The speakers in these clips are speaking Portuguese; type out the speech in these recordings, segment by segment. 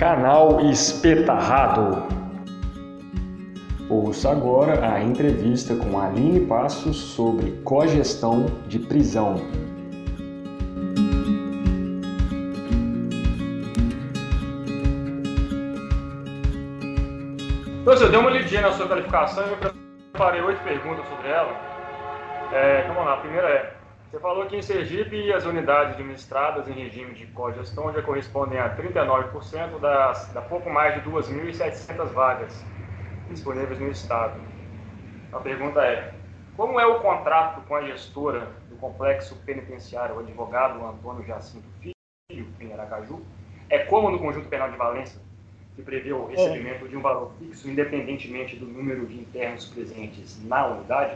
Canal Espetarrado. Ouça agora a entrevista com Aline Passos sobre cogestão de prisão. Então, eu dei uma lidinha na sua qualificação e eu preparei 8 perguntas sobre ela. Vamos lá, a primeira você falou que em Sergipe as unidades administradas em regime de cogestão já correspondem a 39% da pouco mais de 2.700 vagas disponíveis no Estado. A pergunta como é o contrato com a gestora do complexo penitenciário, o advogado Antônio Jacinto Filho, em Aracaju? É como no Conjunto Penal de Valença, que prevê o recebimento de um valor fixo, independentemente do número de internos presentes na unidade?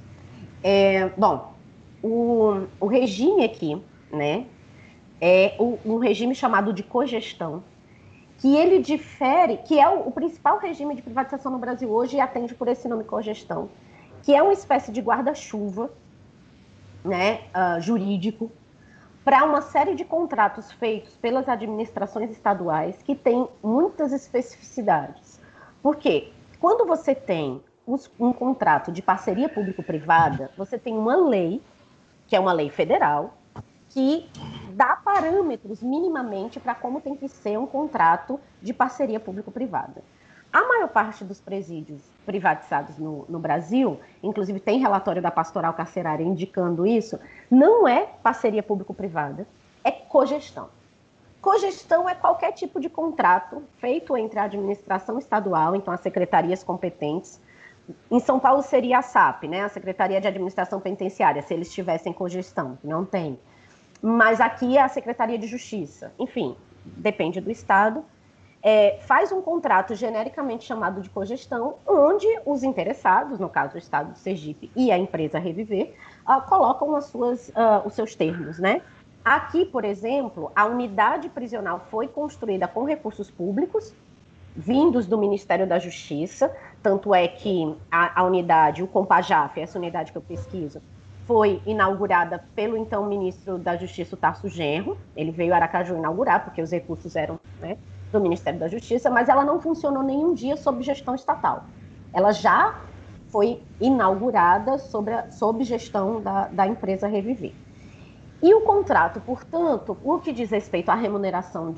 O regime aqui, né, é um regime chamado de cogestão, que ele difere, que é o principal regime de privatização no Brasil hoje e atende por esse nome cogestão, que é uma espécie de guarda-chuva, né, jurídico, para uma série de contratos feitos pelas administrações estaduais que têm muitas especificidades. Por quê? Quando você tem um contrato de parceria público-privada, você tem uma lei, que é uma lei federal, que dá parâmetros minimamente para como tem que ser um contrato de parceria público-privada. A maior parte dos presídios privatizados no Brasil, inclusive tem relatório da Pastoral Carcerária indicando isso, não é parceria público-privada, é cogestão. Cogestão é qualquer tipo de contrato feito entre a administração estadual, então as secretarias competentes. Em São Paulo seria a SAP, né, a Secretaria de Administração Penitenciária, se eles tivessem cogestão, não tem. Mas aqui é a Secretaria de Justiça. Enfim, depende do estado. Faz um contrato genericamente chamado de cogestão, onde os interessados, no caso o estado de Sergipe e a empresa Reviver, colocam os seus termos, né? Aqui, por exemplo, a unidade prisional foi construída com recursos públicos, vindos do Ministério da Justiça, tanto é que a unidade, o Compajaf, essa unidade que eu pesquiso, foi inaugurada pelo então ministro da Justiça, o Tarso Genro. Ele veio a Aracaju inaugurar, porque os recursos eram, né, do Ministério da Justiça, mas ela não funcionou nenhum dia sob gestão estatal. Ela já foi inaugurada sob gestão da empresa Reviver. E o contrato, portanto, o que diz respeito à remuneração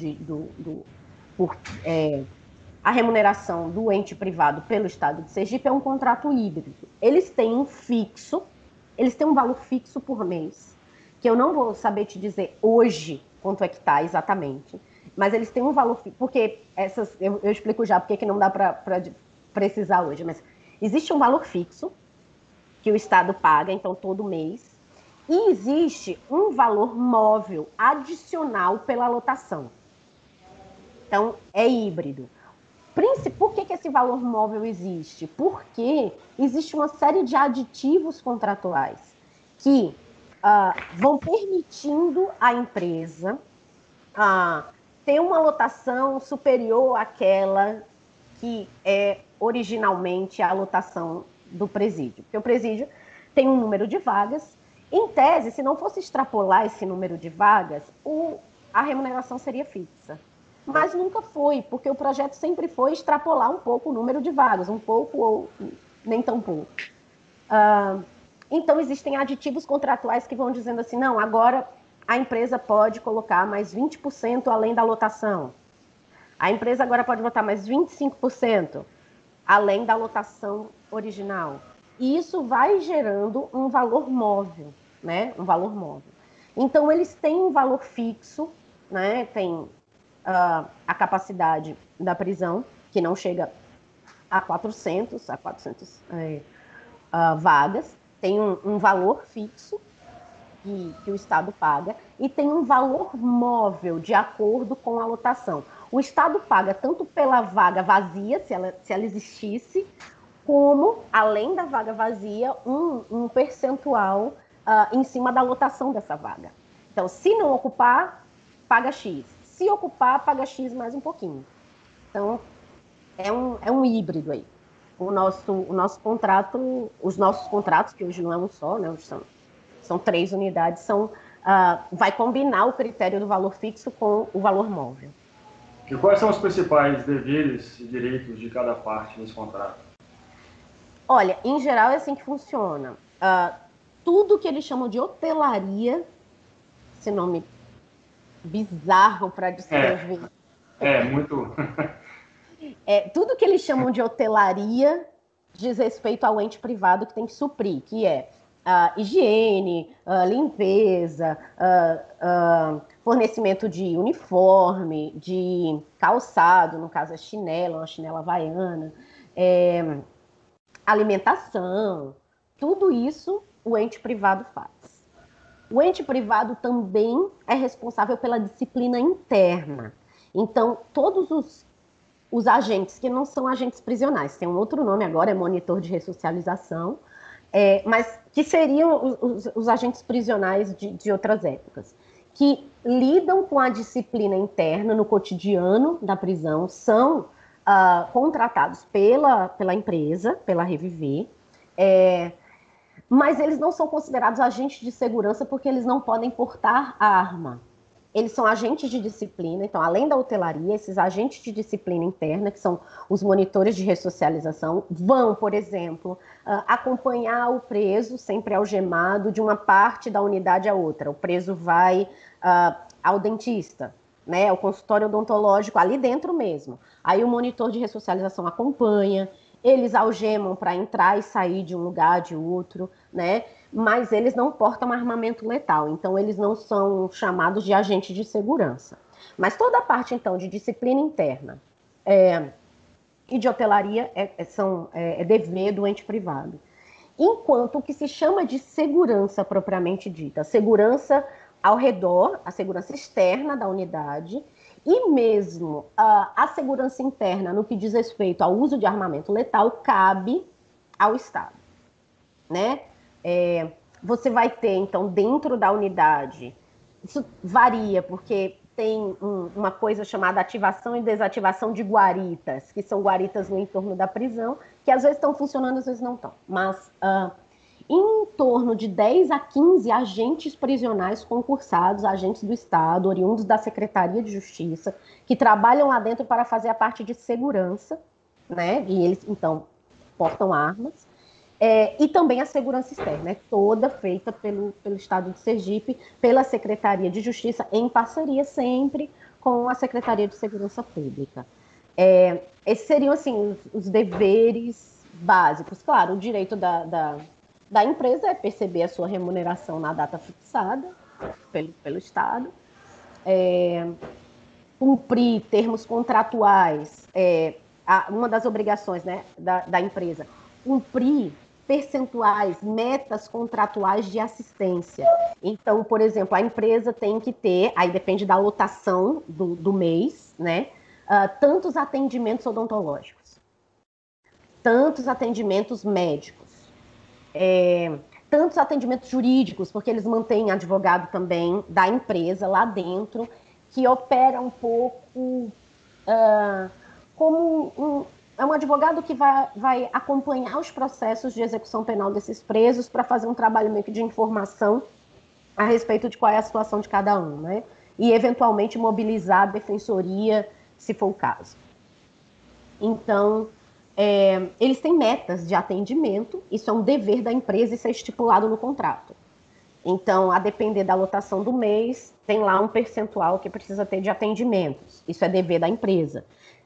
a remuneração do ente privado pelo Estado de Sergipe é um contrato híbrido. Eles têm um valor fixo por mês, que eu não vou saber te dizer hoje quanto é que está exatamente, mas eles têm um valor fixo, porque eu explico já porque que não dá para precisar hoje, mas existe um valor fixo que o Estado paga, então todo mês, e existe um valor móvel adicional pela lotação. Então, é híbrido. Por que esse valor móvel existe? Porque existe uma série de aditivos contratuais que vão permitindo à empresa ter uma lotação superior àquela que é originalmente a lotação do presídio. Porque o presídio tem um número de vagas. Em tese, se não fosse extrapolar esse número de vagas, a remuneração seria fixa. Mas nunca foi, porque o projeto sempre foi extrapolar um pouco o número de vagas, um pouco ou nem tão pouco. Então, existem aditivos contratuais que vão dizendo assim, não, agora a empresa pode colocar mais 20% além da lotação. A empresa agora pode botar mais 25% além da lotação original. E isso vai gerando um valor móvel, né? Um valor móvel. Então, eles têm um valor fixo, né? Tem a capacidade da prisão, que não chega a 400 vagas, tem um valor fixo que o Estado paga e tem um valor móvel de acordo com a lotação. O Estado paga tanto pela vaga vazia, se ela existisse, como, além da vaga vazia, um percentual em cima da lotação dessa vaga. Então, se não ocupar, paga X. Se ocupar, paga X mais um pouquinho. Então, é um híbrido aí. O nosso contrato, os nossos contratos, que hoje não é um só, né, são 3 unidades, vai combinar o critério do valor fixo com o valor móvel. E quais são os principais deveres e direitos de cada parte nesse contrato? Olha, em geral é assim que funciona. Tudo que eles chamam de hotelaria, esse nome bizarro para descrever. Muito. Tudo que eles chamam de hotelaria diz respeito ao ente privado que tem que suprir, que é higiene, limpeza, fornecimento de uniforme, de calçado, no caso é chinelo, uma chinela havaiana, alimentação, tudo isso o ente privado faz. O ente privado também é responsável pela disciplina interna. Então, todos os agentes, que não são agentes prisionais, tem um outro nome agora, é monitor de ressocialização, mas que seriam os agentes prisionais de outras épocas, que lidam com a disciplina interna no cotidiano da prisão, são contratados pela empresa, pela Reviver, mas eles não são considerados agentes de segurança porque eles não podem portar a arma. Eles são agentes de disciplina, então, além da hotelaria, esses agentes de disciplina interna, que são os monitores de ressocialização, vão, por exemplo, acompanhar o preso, sempre algemado, de uma parte da unidade à outra. O preso vai ao dentista, né, ao consultório odontológico, ali dentro mesmo. Aí o monitor de ressocialização acompanha, eles algemam para entrar e sair de um lugar, de outro, né? Mas eles não portam armamento letal, então eles não são chamados de agentes de segurança. Mas toda a parte, então, de disciplina interna e de hotelaria é dever do ente privado. Enquanto o que se chama de segurança propriamente dita, segurança ao redor, a segurança externa da unidade, e mesmo a segurança interna no que diz respeito ao uso de armamento letal, cabe ao Estado, né? Você vai ter, então, dentro da unidade, isso varia, porque tem uma coisa chamada ativação e desativação de guaritas, que são guaritas no entorno da prisão, que às vezes estão funcionando, às vezes não estão. Mas em torno de 10 a 15 agentes prisionais concursados, agentes do Estado, oriundos da Secretaria de Justiça, que trabalham lá dentro para fazer a parte de segurança, né? E eles, então, portam armas. E também a segurança externa, toda feita pelo Estado de Sergipe, pela Secretaria de Justiça, em parceria sempre com a Secretaria de Segurança Pública. Esses seriam, assim, os deveres básicos. Claro, o direito da empresa é perceber a sua remuneração na data fixada pelo Estado, cumprir termos contratuais, uma das obrigações, né, da empresa, cumprir percentuais, metas contratuais de assistência. Então, por exemplo, a empresa tem que ter, aí depende da lotação do mês, né, tantos atendimentos odontológicos, tantos atendimentos médicos, tantos atendimentos jurídicos, porque eles mantêm advogado também da empresa lá dentro, que opera um pouco como um advogado que vai acompanhar os processos de execução penal desses presos para fazer um trabalho meio que de informação a respeito de qual é a situação de cada um, né? E, eventualmente, mobilizar a defensoria, se for o caso. Então, eles têm metas de atendimento, isso é um dever da empresa, isso é estipulado no contrato. Então, a depender da lotação do mês, tem lá um percentual que precisa ter de atendimentos, isso é dever da empresa.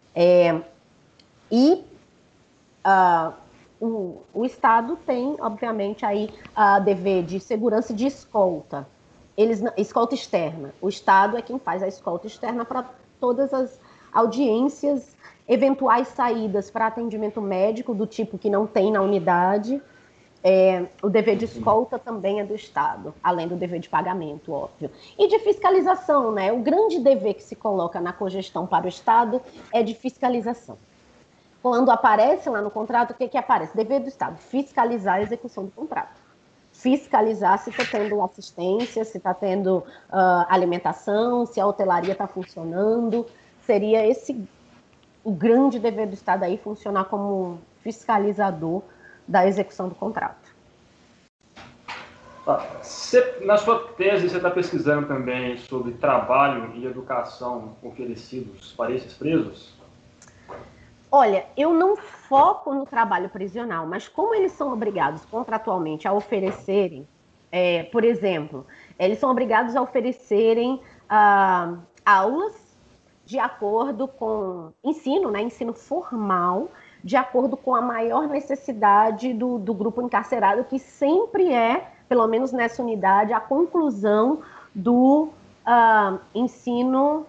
O Estado tem, obviamente, aí dever de segurança e de escolta. Escolta externa. O Estado é quem faz a escolta externa para todas as audiências, eventuais saídas para atendimento médico do tipo que não tem na unidade. O dever de escolta também é do Estado, além do dever de pagamento, óbvio. E de fiscalização, né? O grande dever que se coloca na cogestão para o Estado é de fiscalização. Quando aparece lá no contrato, o que aparece? Dever do Estado, fiscalizar a execução do contrato. Fiscalizar se está tendo assistência, se está tendo alimentação, se a hotelaria está funcionando. Seria esse o grande dever do Estado aí, funcionar como fiscalizador da execução do contrato. Na sua tese, você está pesquisando também sobre trabalho e educação oferecidos para esses presos? Olha, eu não foco no trabalho prisional, mas como eles são obrigados contratualmente a oferecerem, por exemplo, eles são obrigados a oferecerem aulas de acordo com ensino, né, ensino formal, de acordo com a maior necessidade do grupo encarcerado, que sempre é, pelo menos nessa unidade, a conclusão do ensino.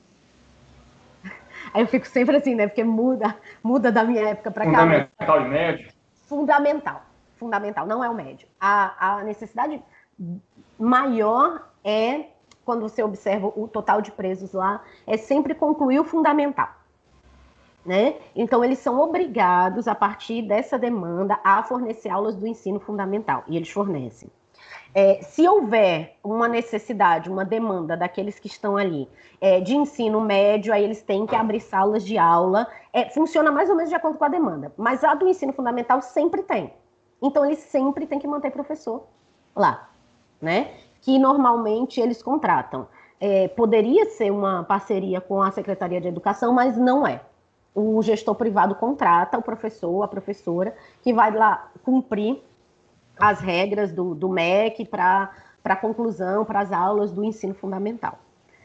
Aí eu fico sempre assim, né? Porque muda da minha época para cá. Fundamental e médio? Fundamental, não é o médio. A necessidade maior é, quando você observa o total de presos lá, é sempre concluir o fundamental. Né? Então, eles são obrigados, a partir dessa demanda, a fornecer aulas do ensino fundamental. E eles fornecem. Se houver uma necessidade, uma demanda daqueles que estão ali de ensino médio, aí eles têm que abrir salas de aula. Funciona mais ou menos de acordo com a demanda. Mas a do ensino fundamental sempre tem. Então, eles sempre têm que manter professor lá, né? Que normalmente eles contratam. Poderia ser uma parceria com a Secretaria de Educação, mas não é. O gestor privado contrata o professor, a professora, que vai lá cumprir as regras do MEC para a conclusão, para as aulas do ensino fundamental.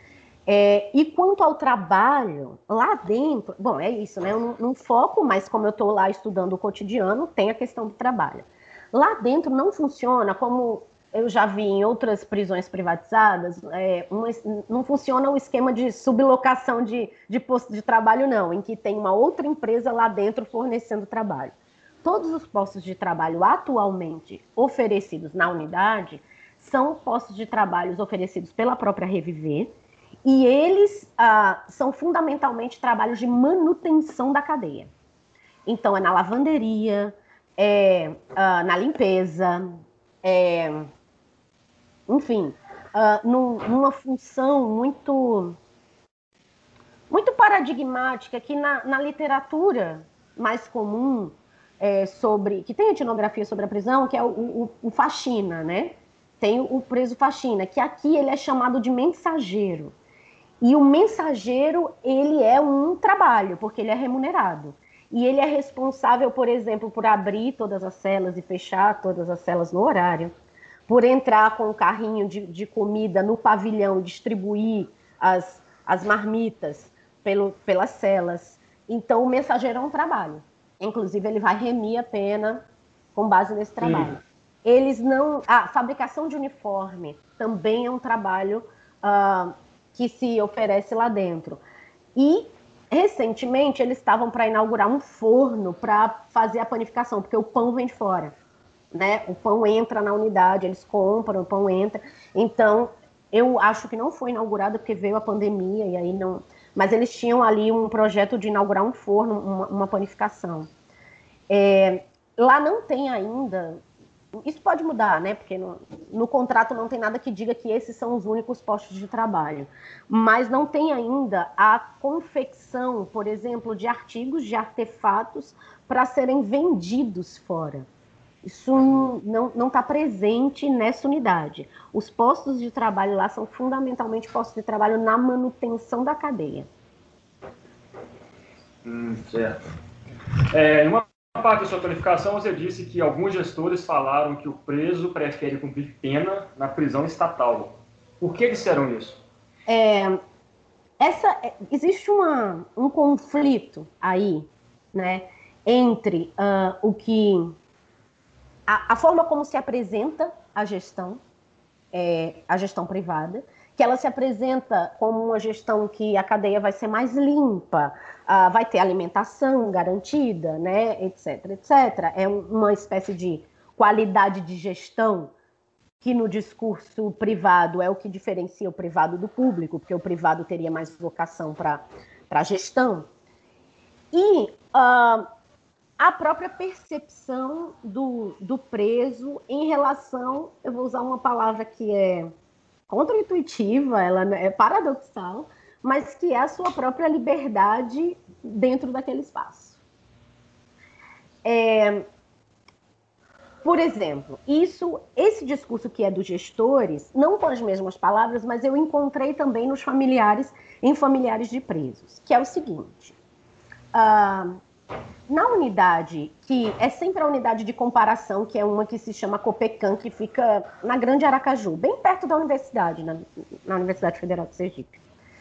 E quanto ao trabalho, lá dentro, bom, é isso, né? Eu não foco, mas como eu estou lá estudando o cotidiano, tem a questão do trabalho. Lá dentro não funciona como eu já vi em outras prisões privatizadas, não funciona o esquema de sublocação de posto de trabalho, não, em que tem uma outra empresa lá dentro fornecendo trabalho. Todos os postos de trabalho atualmente oferecidos na unidade são postos de trabalho oferecidos pela própria Reviver, e eles são fundamentalmente trabalhos de manutenção da cadeia. Então, é na lavanderia, na limpeza, enfim, numa função muito paradigmática que na literatura mais comum, que tem etnografia sobre a prisão, que é o faxina, né? Tem o preso faxina, que aqui ele é chamado de mensageiro. E o mensageiro, ele é um trabalho, porque ele é remunerado. E ele é responsável, por exemplo, por abrir todas as celas e fechar todas as celas no horário, por entrar com o carrinho de comida no pavilhão, distribuir as marmitas pelas celas. Então, o mensageiro é um trabalho. Inclusive, ele vai remir a pena com base nesse trabalho. A fabricação de uniforme também é um trabalho que se oferece lá dentro. E, recentemente, eles estavam para inaugurar um forno para fazer a panificação, porque o pão vem de fora, né? O pão entra na unidade, eles compram, o pão entra. Então, eu acho que não foi inaugurado porque veio a pandemia e aí não... Mas eles tinham ali um projeto de inaugurar um forno, uma panificação. Lá não tem ainda... Isso pode mudar, né? Porque no contrato não tem nada que diga que esses são os únicos postos de trabalho. Mas não tem ainda a confecção, por exemplo, de artigos, de artefatos para serem vendidos fora. Isso não está presente nessa unidade. Os postos de trabalho lá são fundamentalmente postos de trabalho na manutenção da cadeia. Certo. Uma parte da sua qualificação, você disse que alguns gestores falaram que o preso prefere cumprir pena na prisão estatal. Por que disseram isso? Existe um conflito aí, né, entre a forma como se apresenta a gestão privada, que ela se apresenta como uma gestão que a cadeia vai ser mais limpa, vai ter alimentação garantida, né, etc, etc. É uma espécie de qualidade de gestão que no discurso privado é o que diferencia o privado do público, porque o privado teria mais vocação para gestão. E a própria percepção do preso em relação, eu vou usar uma palavra que é contra-intuitiva, ela é paradoxal, mas que é a sua própria liberdade dentro daquele espaço. Por exemplo, esse discurso que é dos gestores, não com as mesmas palavras, mas eu encontrei também nos familiares, em familiares de presos, que é o seguinte: na unidade, que é sempre a unidade de comparação, que é uma que se chama Copecan, que fica na Grande Aracaju, bem perto da universidade, na Universidade Federal de Sergipe.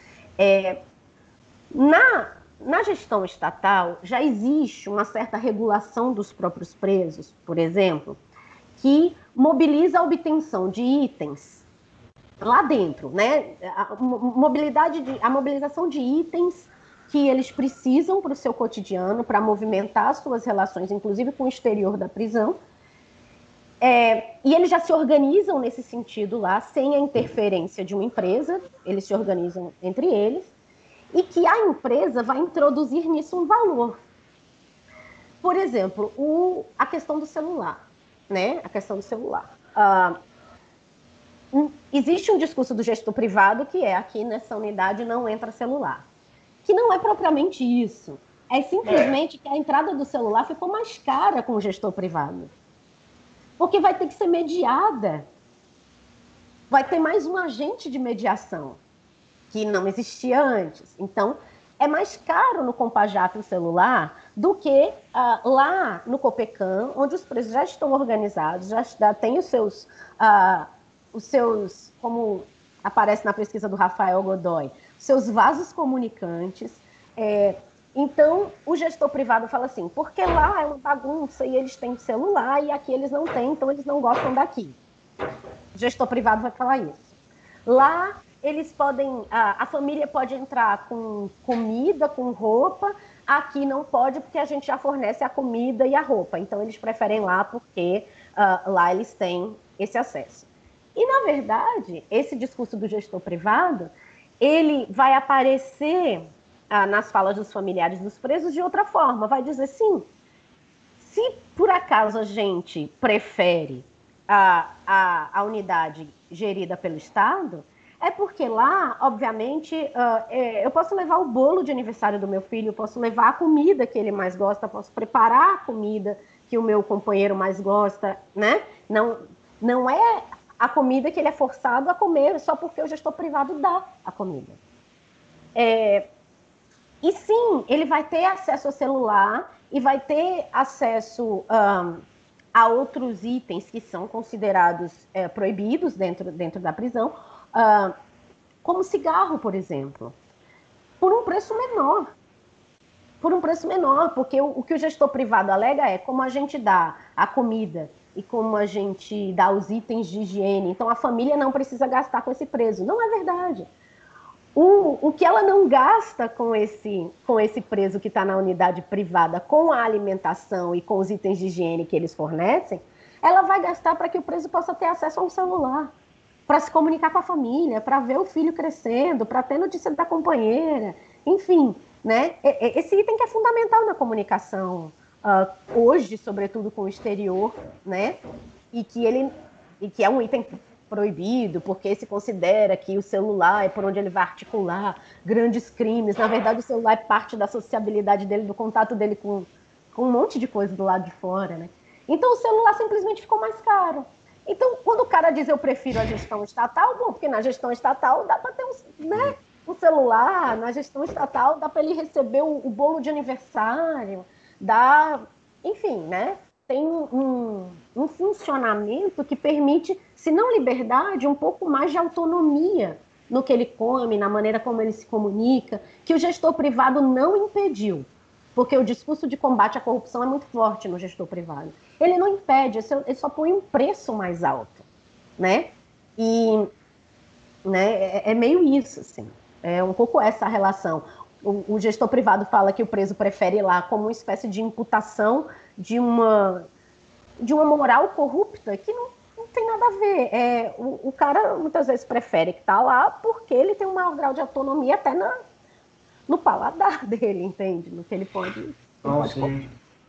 Na gestão estatal, já existe uma certa regulação dos próprios presos, por exemplo, que mobiliza a obtenção de itens lá dentro, né? A mobilização de itens que eles precisam para o seu cotidiano, para movimentar suas relações, inclusive com o exterior da prisão. E eles já se organizam nesse sentido lá, sem a interferência de uma empresa, eles se organizam entre eles, e que a empresa vai introduzir nisso um valor. Por exemplo, a questão do celular, né? A questão do celular. Existe um discurso do gestor privado que é: aqui nessa unidade não entra celular. Que não é propriamente isso. É simplesmente que a entrada do celular ficou mais cara com o gestor privado. Porque vai ter que ser mediada. Vai ter mais um agente de mediação, que não existia antes. Então, é mais caro no Compajap o celular do que lá no Copecan, onde os presos já estão organizados, já têm os seus, como aparece na pesquisa do Rafael Godoy, seus vasos comunicantes. Então, o gestor privado fala assim: porque lá é uma bagunça e eles têm celular e aqui eles não têm, então eles não gostam daqui. O gestor privado vai falar isso. Lá, eles podem, a família pode entrar com comida, com roupa, aqui não pode porque a gente já fornece a comida e a roupa. Então, eles preferem lá porque lá eles têm esse acesso. E, na verdade, esse discurso do gestor privado, ele vai aparecer nas falas dos familiares dos presos de outra forma. Vai dizer, sim, se por acaso a gente prefere a unidade gerida pelo Estado, é porque lá, obviamente, eu posso levar o bolo de aniversário do meu filho, eu posso levar a comida que ele mais gosta, posso preparar a comida que o meu companheiro mais gosta, né? Não é a comida que ele é forçado a comer só porque o gestor privado dá a comida. E sim, ele vai ter acesso ao celular e vai ter acesso a outros itens que são considerados proibidos dentro da prisão, como cigarro, por exemplo, por um preço menor. Porque o que o gestor privado alega é: como a gente dá a comida e como a gente dá os itens de higiene, então a família não precisa gastar com esse preso. Não é verdade. O que ela não gasta com esse preso que está na unidade privada, com a alimentação e com os itens de higiene que eles fornecem, ela vai gastar para que o preso possa ter acesso a um celular, para se comunicar com a família, para ver o filho crescendo, para ter notícia da companheira, enfim, né? Esse item que é fundamental na comunicação hoje, sobretudo com o exterior, né? E que é um item proibido, porque se considera que o celular é por onde ele vai articular grandes crimes. Na verdade, o celular é parte da sociabilidade dele, do contato dele com um monte de coisa do lado de fora, né? Então, o celular simplesmente ficou mais caro. Então, quando o cara diz eu prefiro a gestão estatal, bom, porque na gestão estatal dá para ter um celular, na gestão estatal dá para ele receber o bolo de aniversário, enfim, né? Tem um funcionamento que permite, se não liberdade, um pouco mais de autonomia no que ele come, na maneira como ele se comunica, que o gestor privado não impediu. Porque o discurso de combate à corrupção é muito forte no gestor privado. Ele não impede, ele só põe um preço mais alto, né? E né, é meio isso, assim. É um pouco essa a relação. O gestor privado fala que o preso prefere ir lá como uma espécie de imputação de uma moral corrupta que não tem nada a ver. O cara muitas vezes prefere que está lá porque ele tem um maior grau de autonomia até no paladar dele, entende? No que ele pode... Sim.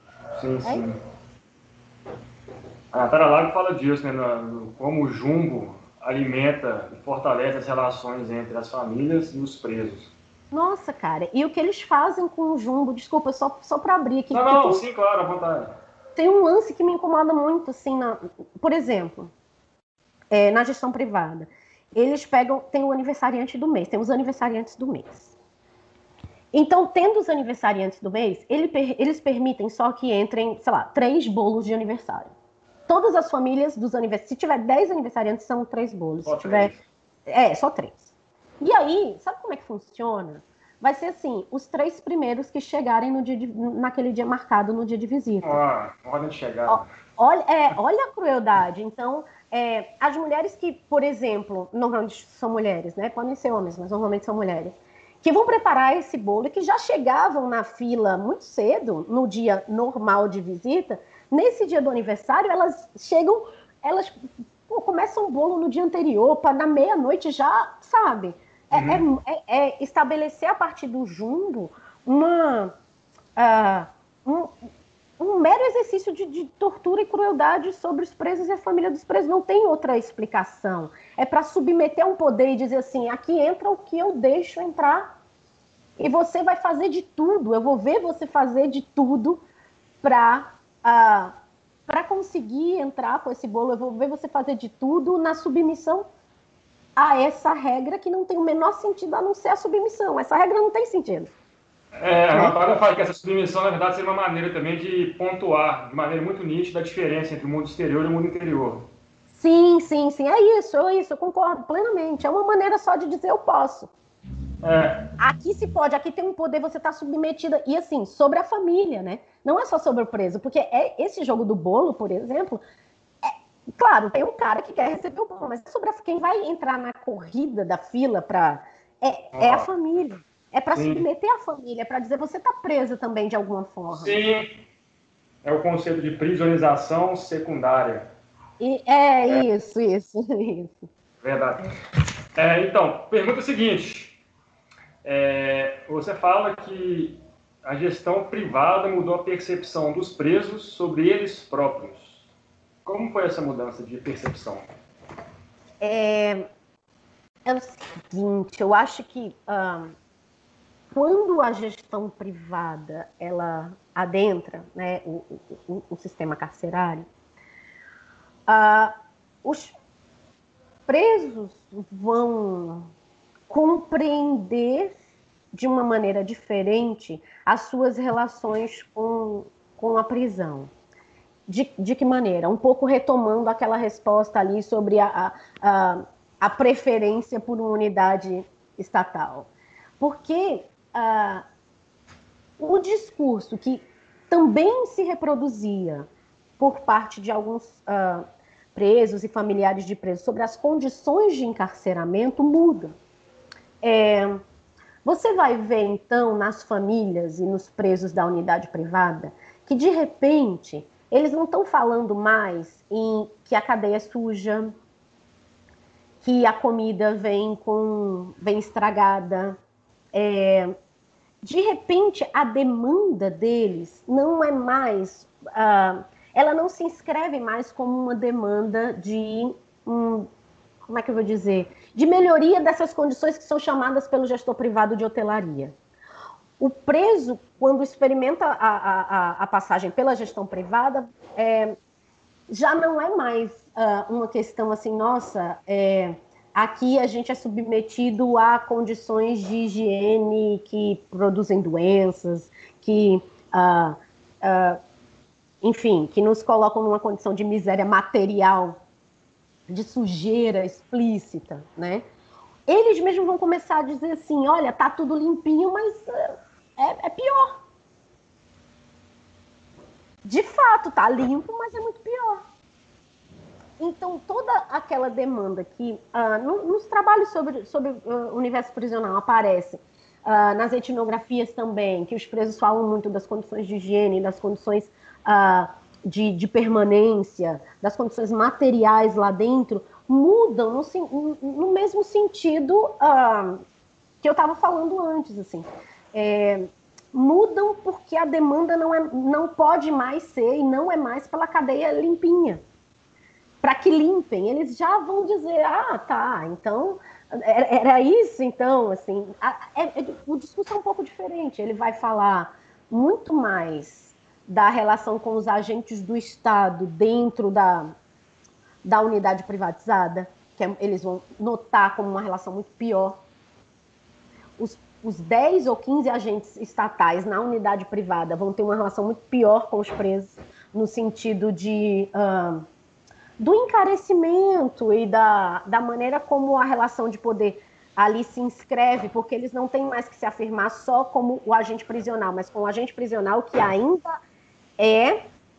A Natália Lago fala disso, né? Como o jumbo alimenta e fortalece as relações entre as famílias e os presos. Nossa, cara, e o que eles fazem com o jumbo, desculpa, só para abrir aqui. Não, sim, claro, à vontade. tem um lance que me incomoda muito, assim, por exemplo, na gestão privada. Eles tem o aniversariante do mês, tem os aniversariantes do mês. Então, tendo os aniversariantes do mês, eles permitem só que entrem, sei lá, 3 bolos de aniversário. Todas as famílias dos aniversariantes, se tiver 10 aniversariantes, são 3 bolos. Só se tiver 3. Só 3. E aí, sabe como é que funciona? Vai ser assim, os 3 primeiros que chegarem naquele dia marcado, no dia de visita. Ordem de chegada. Olha a crueldade. Então, as mulheres que, por exemplo, normalmente são mulheres, né? Podem ser homens, mas normalmente são mulheres, que vão preparar esse bolo e que já chegavam na fila muito cedo, no dia normal de visita, nesse dia do aniversário, elas começam o bolo no dia anterior, para na meia-noite já, sabe? Estabelecer a partir do jumbo um mero exercício de tortura e crueldade sobre os presos e a família dos presos. Não tem outra explicação. É para submeter um poder e dizer assim, aqui entra o que eu deixo entrar e você vai fazer de tudo. Eu vou ver você fazer de tudo para conseguir entrar com esse bolo. Eu vou ver você fazer de tudo na submissão a essa regra que não tem o menor sentido a não ser a submissão. Essa regra não tem sentido. A Amparo fala que essa submissão, na verdade, seria uma maneira também de pontuar de maneira muito nítida a diferença entre o mundo exterior e o mundo interior. Sim, é isso, eu concordo plenamente. É uma maneira só de dizer eu posso. Aqui se pode, aqui tem um poder, você está submetida, e assim, sobre a família, né? Não é só sobre o preso, porque esse jogo do bolo, por exemplo, claro, tem um cara que quer receber o bolo, mas sobre quem vai entrar na corrida da fila é a família. É para submeter a família, é para dizer você está presa também de alguma forma. Sim, é o conceito de prisionização secundária. Isso. Verdade. Então, pergunta seguinte. Você fala que a gestão privada mudou a percepção dos presos sobre eles próprios. Como foi essa mudança de percepção? É o seguinte, eu acho que quando a gestão privada ela adentra, né, o sistema carcerário, os presos vão compreender de uma maneira diferente as suas relações com a prisão. De que maneira? Um pouco retomando aquela resposta ali sobre a preferência por uma unidade estatal. Porque o discurso que também se reproduzia por parte de alguns presos e familiares de presos sobre as condições de encarceramento muda. Você vai ver, então, nas famílias e nos presos da unidade privada, que, de repente, eles não estão falando mais em que a cadeia é suja, que a comida vem estragada. De repente, a demanda deles não é mais... ela não se inscreve mais como uma demanda de... como é que eu vou dizer? De melhoria dessas condições que são chamadas pelo gestor privado de hotelaria. O preso, quando experimenta a passagem pela gestão privada, já não é mais uma questão assim, nossa, aqui a gente é submetido a condições de higiene que produzem doenças, que, enfim, que nos colocam numa condição de miséria material, de sujeira explícita, né? Eles mesmos vão começar a dizer assim, olha, tá tudo limpinho, mas é pior. De fato, tá limpo, mas é muito pior. Então, toda aquela demanda que nos trabalhos sobre o universo prisional aparece, nas etnografias também, que os presos falam muito das condições de higiene, das condições de permanência, das condições materiais lá dentro, mudam no mesmo sentido que eu estava falando antes, assim. Mudam porque a demanda não pode mais ser e não é mais pela cadeia limpinha. Para que limpem, eles já vão dizer, tá, então, era isso, então, assim, o discurso é um pouco diferente, ele vai falar muito mais da relação com os agentes do Estado dentro da unidade privatizada, eles vão notar como uma relação muito pior. Os 10 ou 15 agentes estatais na unidade privada vão ter uma relação muito pior com os presos, no sentido do encarecimento e da maneira como a relação de poder ali se inscreve, porque eles não têm mais que se afirmar só como o agente prisional, mas como o agente prisional que ainda é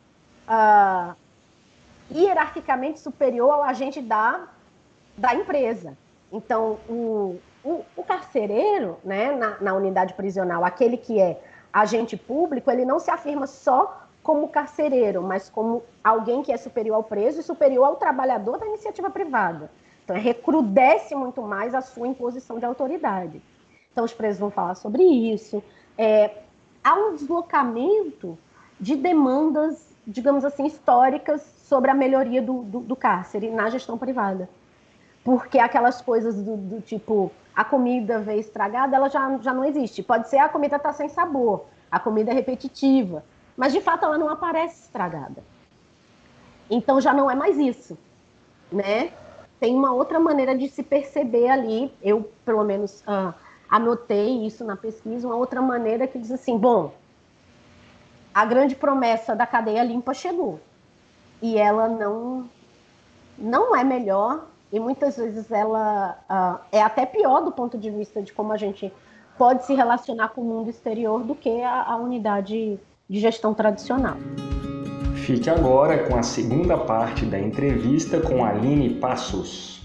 hierarquicamente superior ao agente da empresa. Então, o carcereiro, né, na unidade prisional, aquele que é agente público, ele não se afirma só como carcereiro, mas como alguém que é superior ao preso e superior ao trabalhador da iniciativa privada. Então, recrudesce muito mais a sua imposição de autoridade. Então, os presos vão falar sobre isso. Há um deslocamento de demandas, digamos assim, históricas sobre a melhoria do cárcere na gestão privada. Porque aquelas coisas do tipo, a comida veio estragada, ela já não existe. Pode ser a comida está sem sabor, a comida é repetitiva, mas de fato ela não aparece estragada. Então já não é mais isso, né? Tem uma outra maneira de se perceber ali, eu pelo menos anotei isso na pesquisa, uma outra maneira que diz assim, bom, a grande promessa da cadeia limpa chegou, e ela não é melhor, e muitas vezes ela é até pior do ponto de vista de como a gente pode se relacionar com o mundo exterior do que a unidade de gestão tradicional. Fique agora com a segunda parte da entrevista com Aline Passos.